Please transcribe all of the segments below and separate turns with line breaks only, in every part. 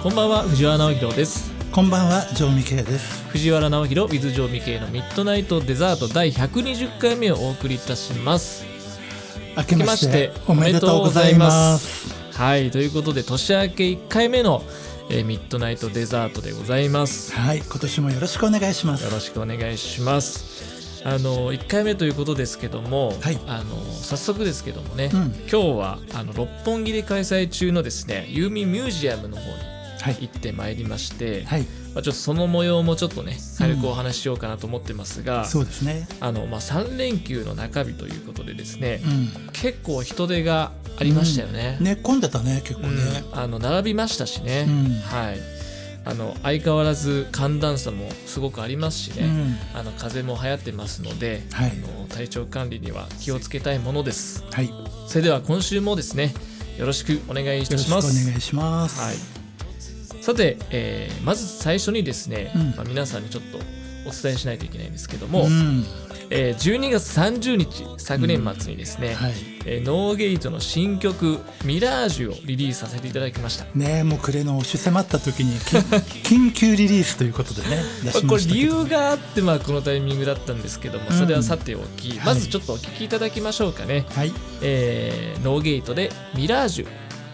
こんばんは、藤原直弘です。
こんばんは、城美慶です。
藤原直弘 with 城美慶のミッドナイトデザート第120回目をお送りいたします。
明けましておめでとうございます。
はい、ということで年明け1回目の、ミッドナイトデザートでございます。
はい、今年もよろしくお願いします。
よろしくお願いします。1回目ということですけども、
はい、
早速ですけどもね、今日は六本木で開催中のですね、ユーミンミュージアムの方に行ってまいりまして、はい、ちょっとその模様もちょっとね軽くお話ししようかなと思ってますが、
そうですね、
3連休の中日ということでですね、結構人手がありましたよね。
混んでたね、結構ね、
並びましたしね、はい、相変わらず寒暖差もすごくありますしね、風も流行ってますので、はい、体調管理には気をつけたいものです、はい、それでは今週もですねよろしくお願いいたします。
よろしくお願いします、
はい、さて、まず最初にですね、皆さんにちょっとお伝えしないといけないんですけども、12月30日昨年末にですね、ノーゲイトの新曲ミラージュをリリースさせていただきました
ね。もう暮れの押し迫った時に緊急リリースということでね出しましたけど、
これ理由があって、このタイミングだったんですけども、それはさておき、まずちょっとお聞きいただきましょうかね、はい、ノーゲイトでミラージュ。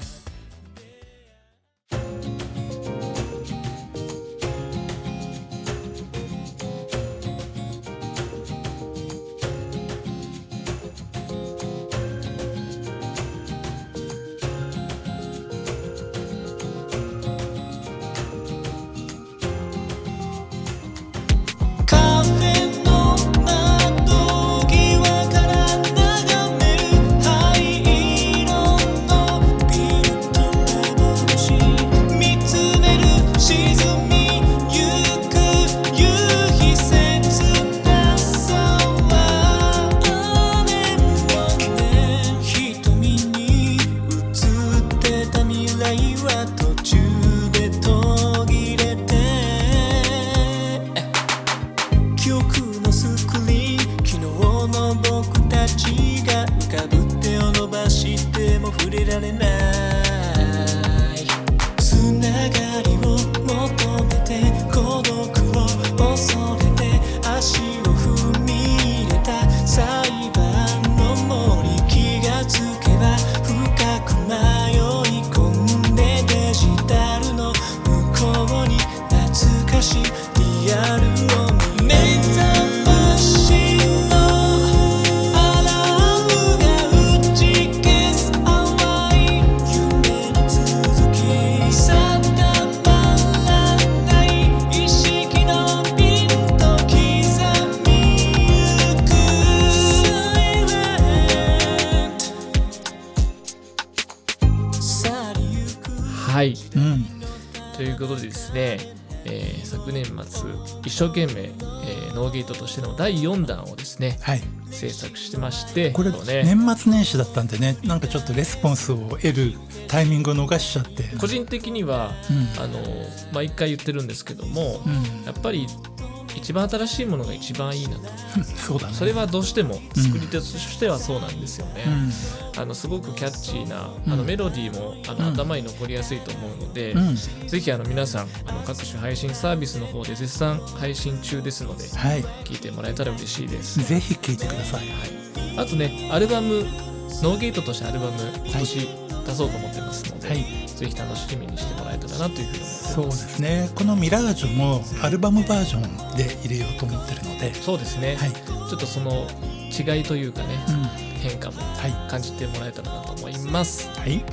はい、ということでですね、昨年末一生懸命、ノーゲートとしての第4弾をですね、制作してまして、
これ、年末年始だったんでね、なんかちょっとレスポンスを得るタイミングを逃しちゃって、
個人的には、一回言ってるんですけども、やっぱり一番新しいものが一番いいなと
そうだね、
それはどうしても作り手としてはそうなんですよね、すごくキャッチーなメロディーも頭に残りやすいと思うので、ぜひ皆さん各種配信サービスの方で絶賛配信中ですので、聞いてもらえたら嬉しいです。
ぜひ聞いてください、
あとね、アルバムノーゲートとしてアルバム今年出そうと思ってますので、ぜひ楽しみにしてもらえたらなというふうに思ってます。
そうですね、このミラージュもアルバムバージョンで入れようと思ってるので、
そうですね、ちょっとその違いというかね、変化も感じてもらえたらなと思います。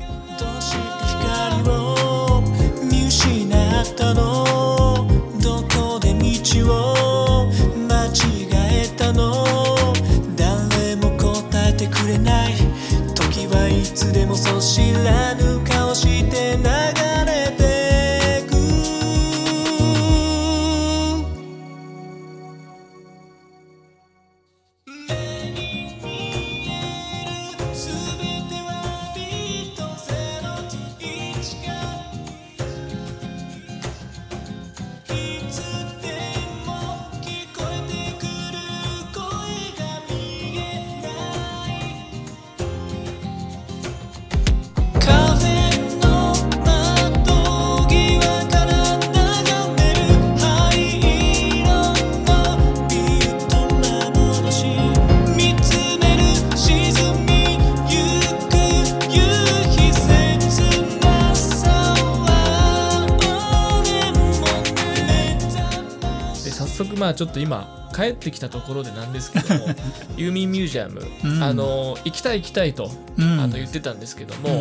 光を見失ったの、どこで道を間違えたの、誰も答えてくれない、時はいつでもそ知らぬ顔して流れてく。目に見えるすべてはビートゼロ1か、いつでも聞こえてくる声が見えない。
まあちょっと今帰ってきたところでなんですけどもユーミンミュージアム、行きたいと、言ってたんですけども、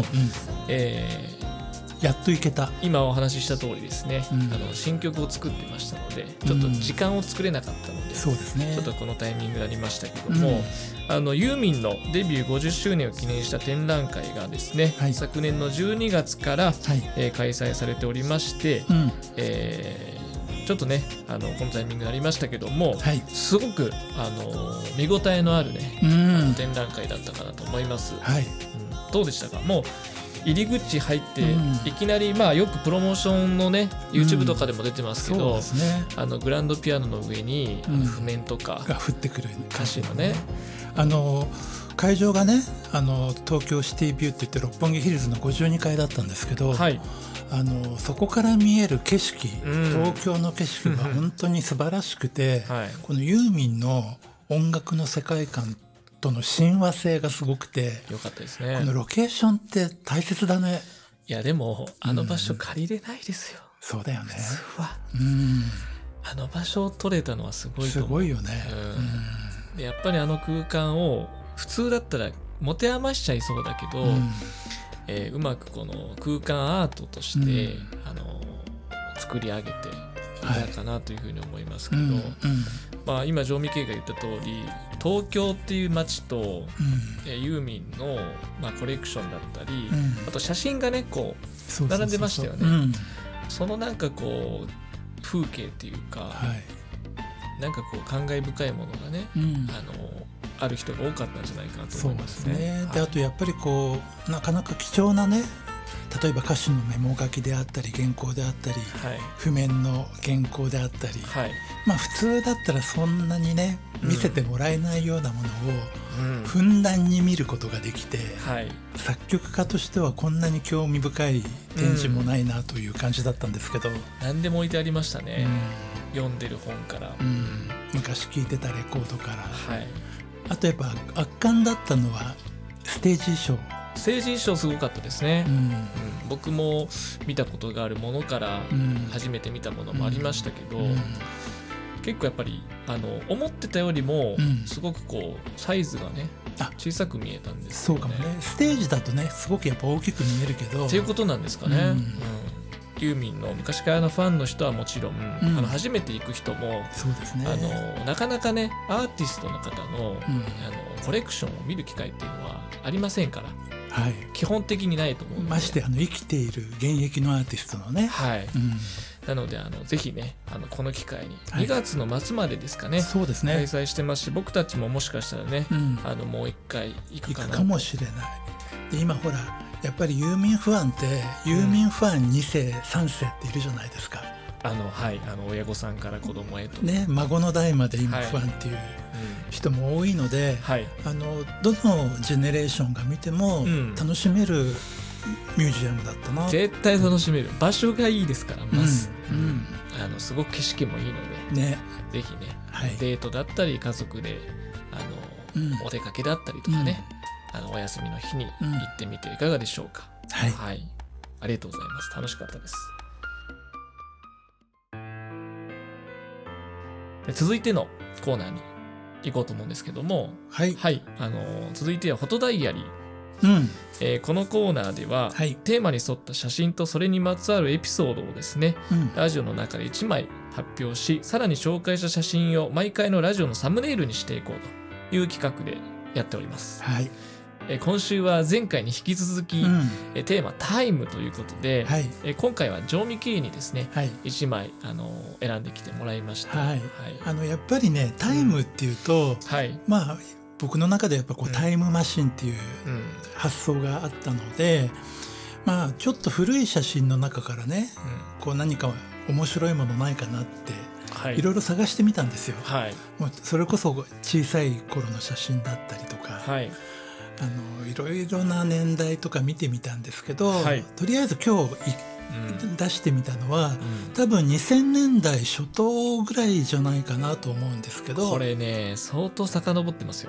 やっと行けた。
今お話しした通りですね、新曲を作ってましたのでちょっと時間を作れなかったので、
そうですね、
ちょっとこのタイミングになりましたけども、ユーミンのデビュー50周年を記念した展覧会がですね、昨年の12月から、開催されておりまして、ちょっとねこのタイミングになりましたけども、すごく見応えのあるね、展覧会だったかなと思います。どうでしたか？もう入り口入っていきなり、よくプロモーションのね YouTube とかでも出てますけど、グランドピアノの上に譜面とか
が降ってくる
歌詞のね、
会場がね東京シティビューって言って六本木ヒルズの52階だったんですけど、そこから見える景色、東京の景色が本当に素晴らしくて、このユーミンの音楽の世界観との親和性がすごくて
よかったですね。
このロケーションって大切だね。
いやでも場所借りれないですよ。
そうだよね。
普通は、場所を取れたのはすごいと思う。
すごいよね。
でやっぱり空間を普通だったら持て余しちゃいそうだけど、うまくこの空間アートとして、作り上げていたかなというふうに思いますけど、今ジョーミケイが言った通り東京っていう街と、ユーミンの、コレクションだったり、あと写真がねこう並んでましたよね。そのなんかこう風景っていうか、なんかこう感慨深いものがね、ある人が多かったんじゃないかなと思いますね。
そうですね。であとやっぱりこうなかなか貴重なね、例えば歌詞のメモ書きであったり原稿であったり、譜面の原稿であったり、普通だったらそんなにね見せてもらえないようなものをふんだんに見ることができて、作曲家としてはこんなに興味深い展示もないなという感じだったんですけど、
何でも置いてありましたね。読んでる本から、
昔聴いてたレコードから、あとやっぱ圧巻だったのはステージ衣装。
ステージ衣装すごかったですね。僕も見たことがあるものから初めて見たものもありましたけど、結構やっぱり思ってたよりもすごくこうサイズがね小さく見えたんですよね。
そうかもね。ステージだとねすごくやっぱ大きく見えるけど
っていうことなんですかね。ユーミンの昔からのファンの人はもちろん、初めて行く人も
そうですね、
なかなかねアーティストの方の、コレクションを見る機会っていうのはありませんから、基本的にないと思うので、
まして生きている現役のアーティストのね、
なのでぜひねこの機会に2月の末までですかね、
そうですね、
開催してますし、僕たちももしかしたらね、もう一回行くかな
かもしれない。で今ほらやっぱりユーミンファンってユーミンファン2世3世っているじゃないですか。
親御さんから子供へと
ね、孫の代まで今ファンっていう人も多いので、どのジェネレーションが見ても楽しめるミュージアムだったな。
絶対楽しめる。場所がいいですから、すごく景色もいいので、ぜひね、デートだったり家族でお出かけだったりとかね、お休みの日に行ってみていかがでしょうか。ありがとうございます。楽しかったです。続いてのコーナーに行こうと思うんですけども、続いてはフォトダイアリー。このコーナーでは、テーマに沿った写真とそれにまつわるエピソードをですね、ラジオの中で1枚発表し、さらに紹介した写真を毎回のラジオのサムネイルにしていこうという企画でやっております。今週は前回に引き続き、テーマタイムということで、今回はジョーミケイにですね、1枚選んできてもらいました。
やっぱりねタイムっていうと、僕の中でやっぱこうタイムマシンっていう発想があったので、ちょっと古い写真の中からね、こう何か面白いものないかなっていろいろ探してみたんですよ。もうそれこそ小さい頃の写真だったりとか、いろいろな年代とか見てみたんですけど、とりあえず今日出してみたのは、多分2000年代初頭ぐらいじゃないかなと思うんですけど、
これね相当遡ってますよ。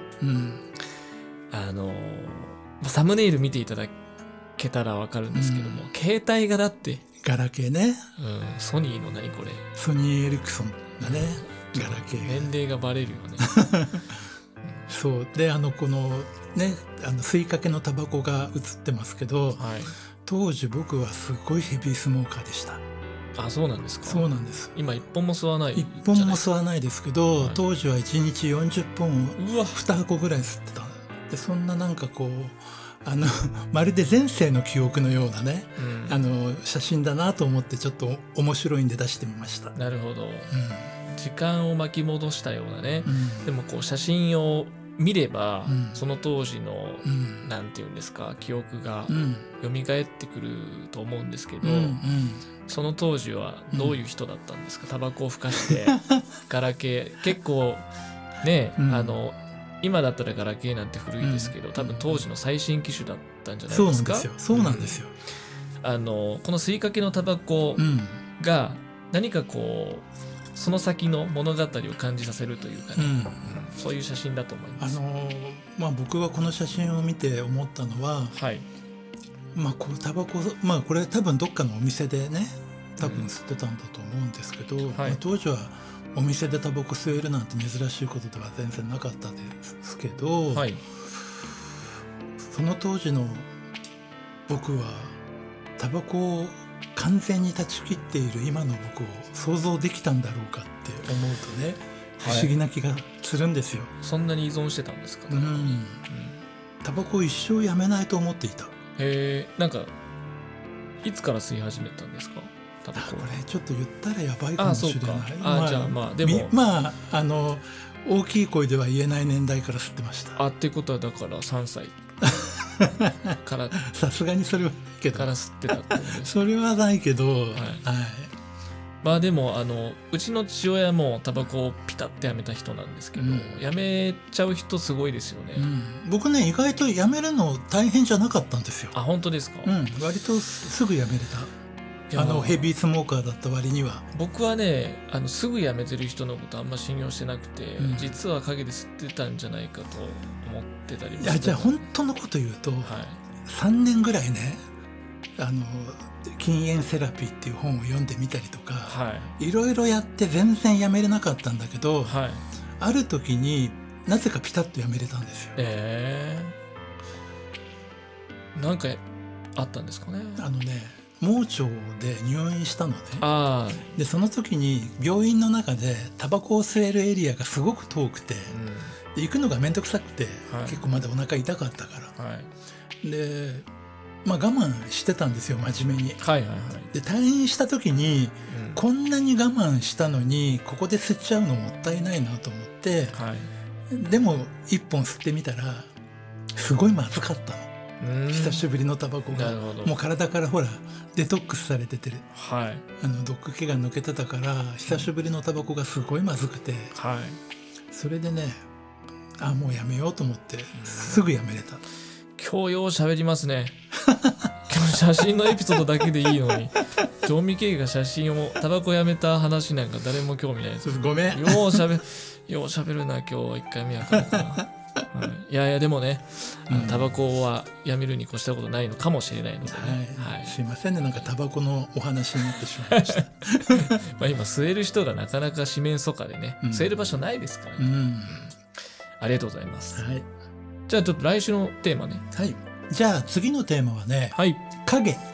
サムネイル見ていただけたら分かるんですけども、携帯がだって
ガラケーね、
ソニーの何これ
ソニーエリクソンがね、 ガラケー
年齢がバレるよね
そうでこのね吸いかけのタバコが映ってますけど、はい、当時僕はすごいヘビースモーカーでした。
あ、そうなんですか。
そうなんです。
今一本も吸わない。
一本も吸わないですけど、はい、当時は1日40本を2箱ぐらい吸ってた。でそんななんかこうまるで前世の記憶のようなね、うん、写真だなと思ってちょっと面白いんで出してみました。
なるほど、うん、時間を巻き戻したようなね、うん、でもこう写真を見れば、うん、その当時の、うん、なんていうんですか、記憶が蘇ってくると思うんですけど、うんうん、その当時はどういう人だったんですか。タバコをふかしてガラケー結構ね、うん、今だったらガラケーなんて古いですけど、多分当時の最新機種だったんじゃないですか。
そうなんですよ。
この吸いかけのタバコが何かこうその先の物語を感じさせるというかね、そういう写真だと思います。
僕はこの写真を見て思ったのは、はい、こうタバコ、これ多分どっかのお店でね多分吸ってたんだと思うんですけど、はい、当時はお店でタバコ吸えるなんて珍しいことでは全然なかったですけど、はい、その当時の僕はタバコを完全に断ち切っている今の僕を想像できたんだろうかって思うとね、不思議な気がするんですよ。
そんなに依存してたんですか。
タバコを一生やめないと思っていた。
なんかいつから吸い始めたんですか。タバコ。
これちょっと言ったらやばいかもしれない。
じゃあでも
大きい声では言えない年代から吸ってました。
ってことはだから3歳から
さすがにそれはないけど
から吸ってたってことです。
それはないけど、はい
でもうちの父親もタバコをピタッてやめた人なんですけど、やめちゃう人すごいですよね。
僕ね意外とやめるの大変じゃなかったんですよ。
本当ですか。
割とすぐやめれた。ヘビースモーカーだった割には。
僕はねすぐやめてる人のことあんま信用してなくて、実は陰で吸ってたんじゃないかと思ってたりもして。
じゃあ本当のこと言うと、3年ぐらいね禁煙セラピーっていう本を読んでみたりとか、いろいろやって全然やめれなかったんだけど、ある時になぜかピタッとやめれたんですよ。
なんかあったんですかね。
盲腸で入院したのね。でその時に病院の中でタバコを吸えるエリアがすごく遠くて、で行くのが面倒くさくて、結構まだお腹痛かったから、で我慢してたんですよ真面目に。で退院した時に、こんなに我慢したのにここで吸っちゃうのもったいないなと思って、でも1本吸ってみたらすごいまずかったの。久しぶりのタバコがもう体からほらデトックスされてて、毒気が抜けてたから久しぶりのタバコがすごいまずくて、それでねもうやめようと思ってすぐやめれた。
今日よう喋りますね今日写真のエピソードだけでいいのに常味圭が写真をタバコやめた話なんか誰も興味ないです。
ごめん。
よう喋るな今日は1回目やからかいやでもねタバコはやめるに越したことないのかもしれないのでね、
すいませんねなんかタバコのお話になってしまいました
今吸える人がなかなか四面楚歌でね、吸える場所ないですからね、ありがとうございます、じゃあちょっと来週のテーマね。
じゃあ次のテーマはね、影、シ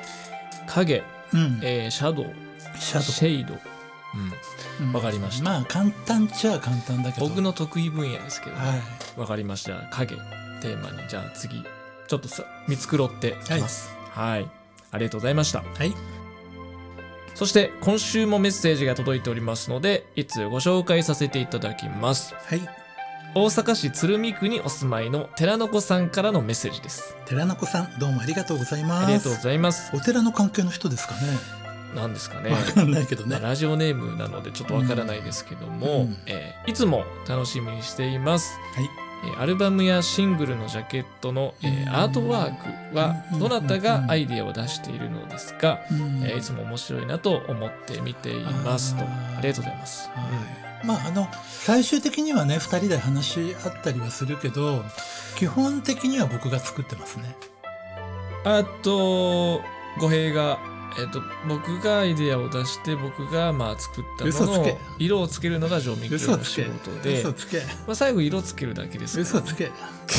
ャドウ、シェイド、わかりました。
簡単っちゃ簡単だけど
僕の得意分野ですけどね、わかりました。影テーマにじゃあ次ちょっと見繕ってきます。ありがとうございました。そして今週もメッセージが届いておりますのでいつご紹介させていただきます。大阪市鶴見区にお住まいの寺の子さんからのメッセージです。
寺の子さんどうもありがとうございます。
ありがとうございます。
お寺の関係の人ですかね。
なんですかね。
わかんないけどね、
ラジオネームなのでちょっとわからないですけども、いつも楽しみにしています。アルバムやシングルのジャケットの、アートワークはどなたがアイデアを出しているのですか、いつも面白いなと思って見ていますと。ありがとうございます。
最終的にはね2人で話し合ったりはするけど基本的には僕が作ってますね。
語弊が僕がアイデアを出して僕が作ったものを色をつけるのがジョーミ系の仕事で、最後色つけるだけですから、
嘘つけ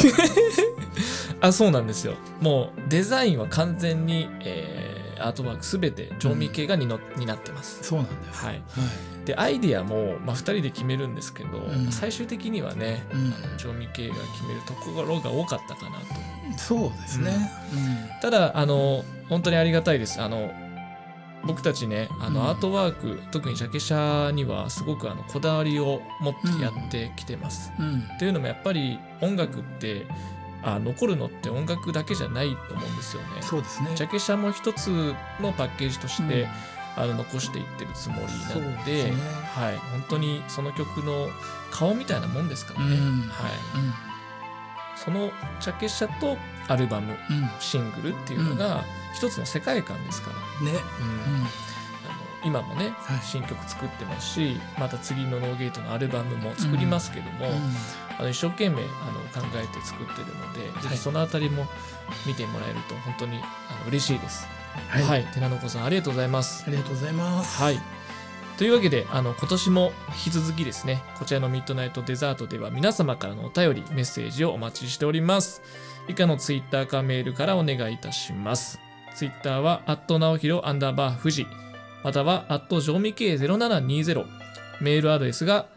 そうなんですよ。もうデザインは完全に、アートワークすべてジョーミ系が担ってます。
そうなんです、
はいでアイデアも、2人で決めるんですけど、最終的にはね、ジョーミ系が決めるところが多かったかなと。
そうですね、
ただ本当にありがたいです。僕たちねアートワーク、特にジャケ写にはすごくこだわりを持ってやってきてます。っていうのもやっぱり音楽って残るのって音楽だけじゃないと思うんですよね。
そうですね。
ジャケ写も一つのパッケージとして、残していってるつもりなので、はい、本当にその曲の顔みたいなもんですからね。そのジャケ写とアルバム、シングルっていうのが一つの世界観ですからね。今もね、新曲作ってますし、また次のノーゲートのアルバムも作りますけども、一生懸命考えて作ってるので、ぜひそのあたりも見てもらえると本当に嬉しいです。はい、寺の子さんありがとうございます。
ありがとうございます。
はい。というわけで今年も引き続きですね、こちらのミッドナイトデザートでは皆様からのお便りメッセージをお待ちしております。以下のツイッターかメールからお願いいたします。ツイッターは直弘_富士、またはジョーミケイ0720、メールアドレスが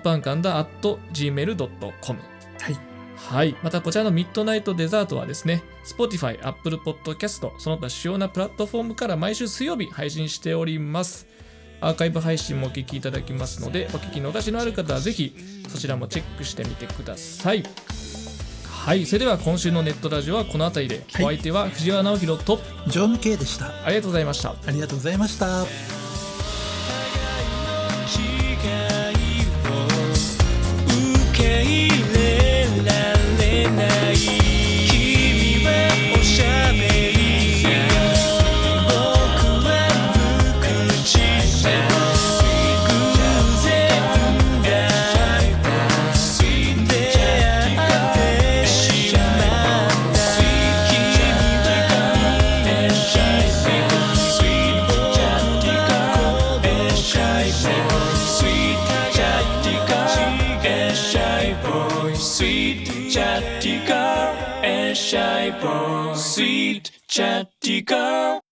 ampanda@gmail.com。はい、またこちらのミッドナイトデザートはですね、Spotify、Apple Podcast、その他主要なプラットフォームから毎週水曜日配信しております。アーカイブ配信もお聞きいただきますので、お聞き逃しのある方はぜひそちらもチェックしてみてください。はい、それでは今週のネットラジオはこの辺りで、お相手は藤原直弘と
ジョン・ケイでした。
ありがとうございました。
ありがとうございました。
Shy boy, sweet chatty girl.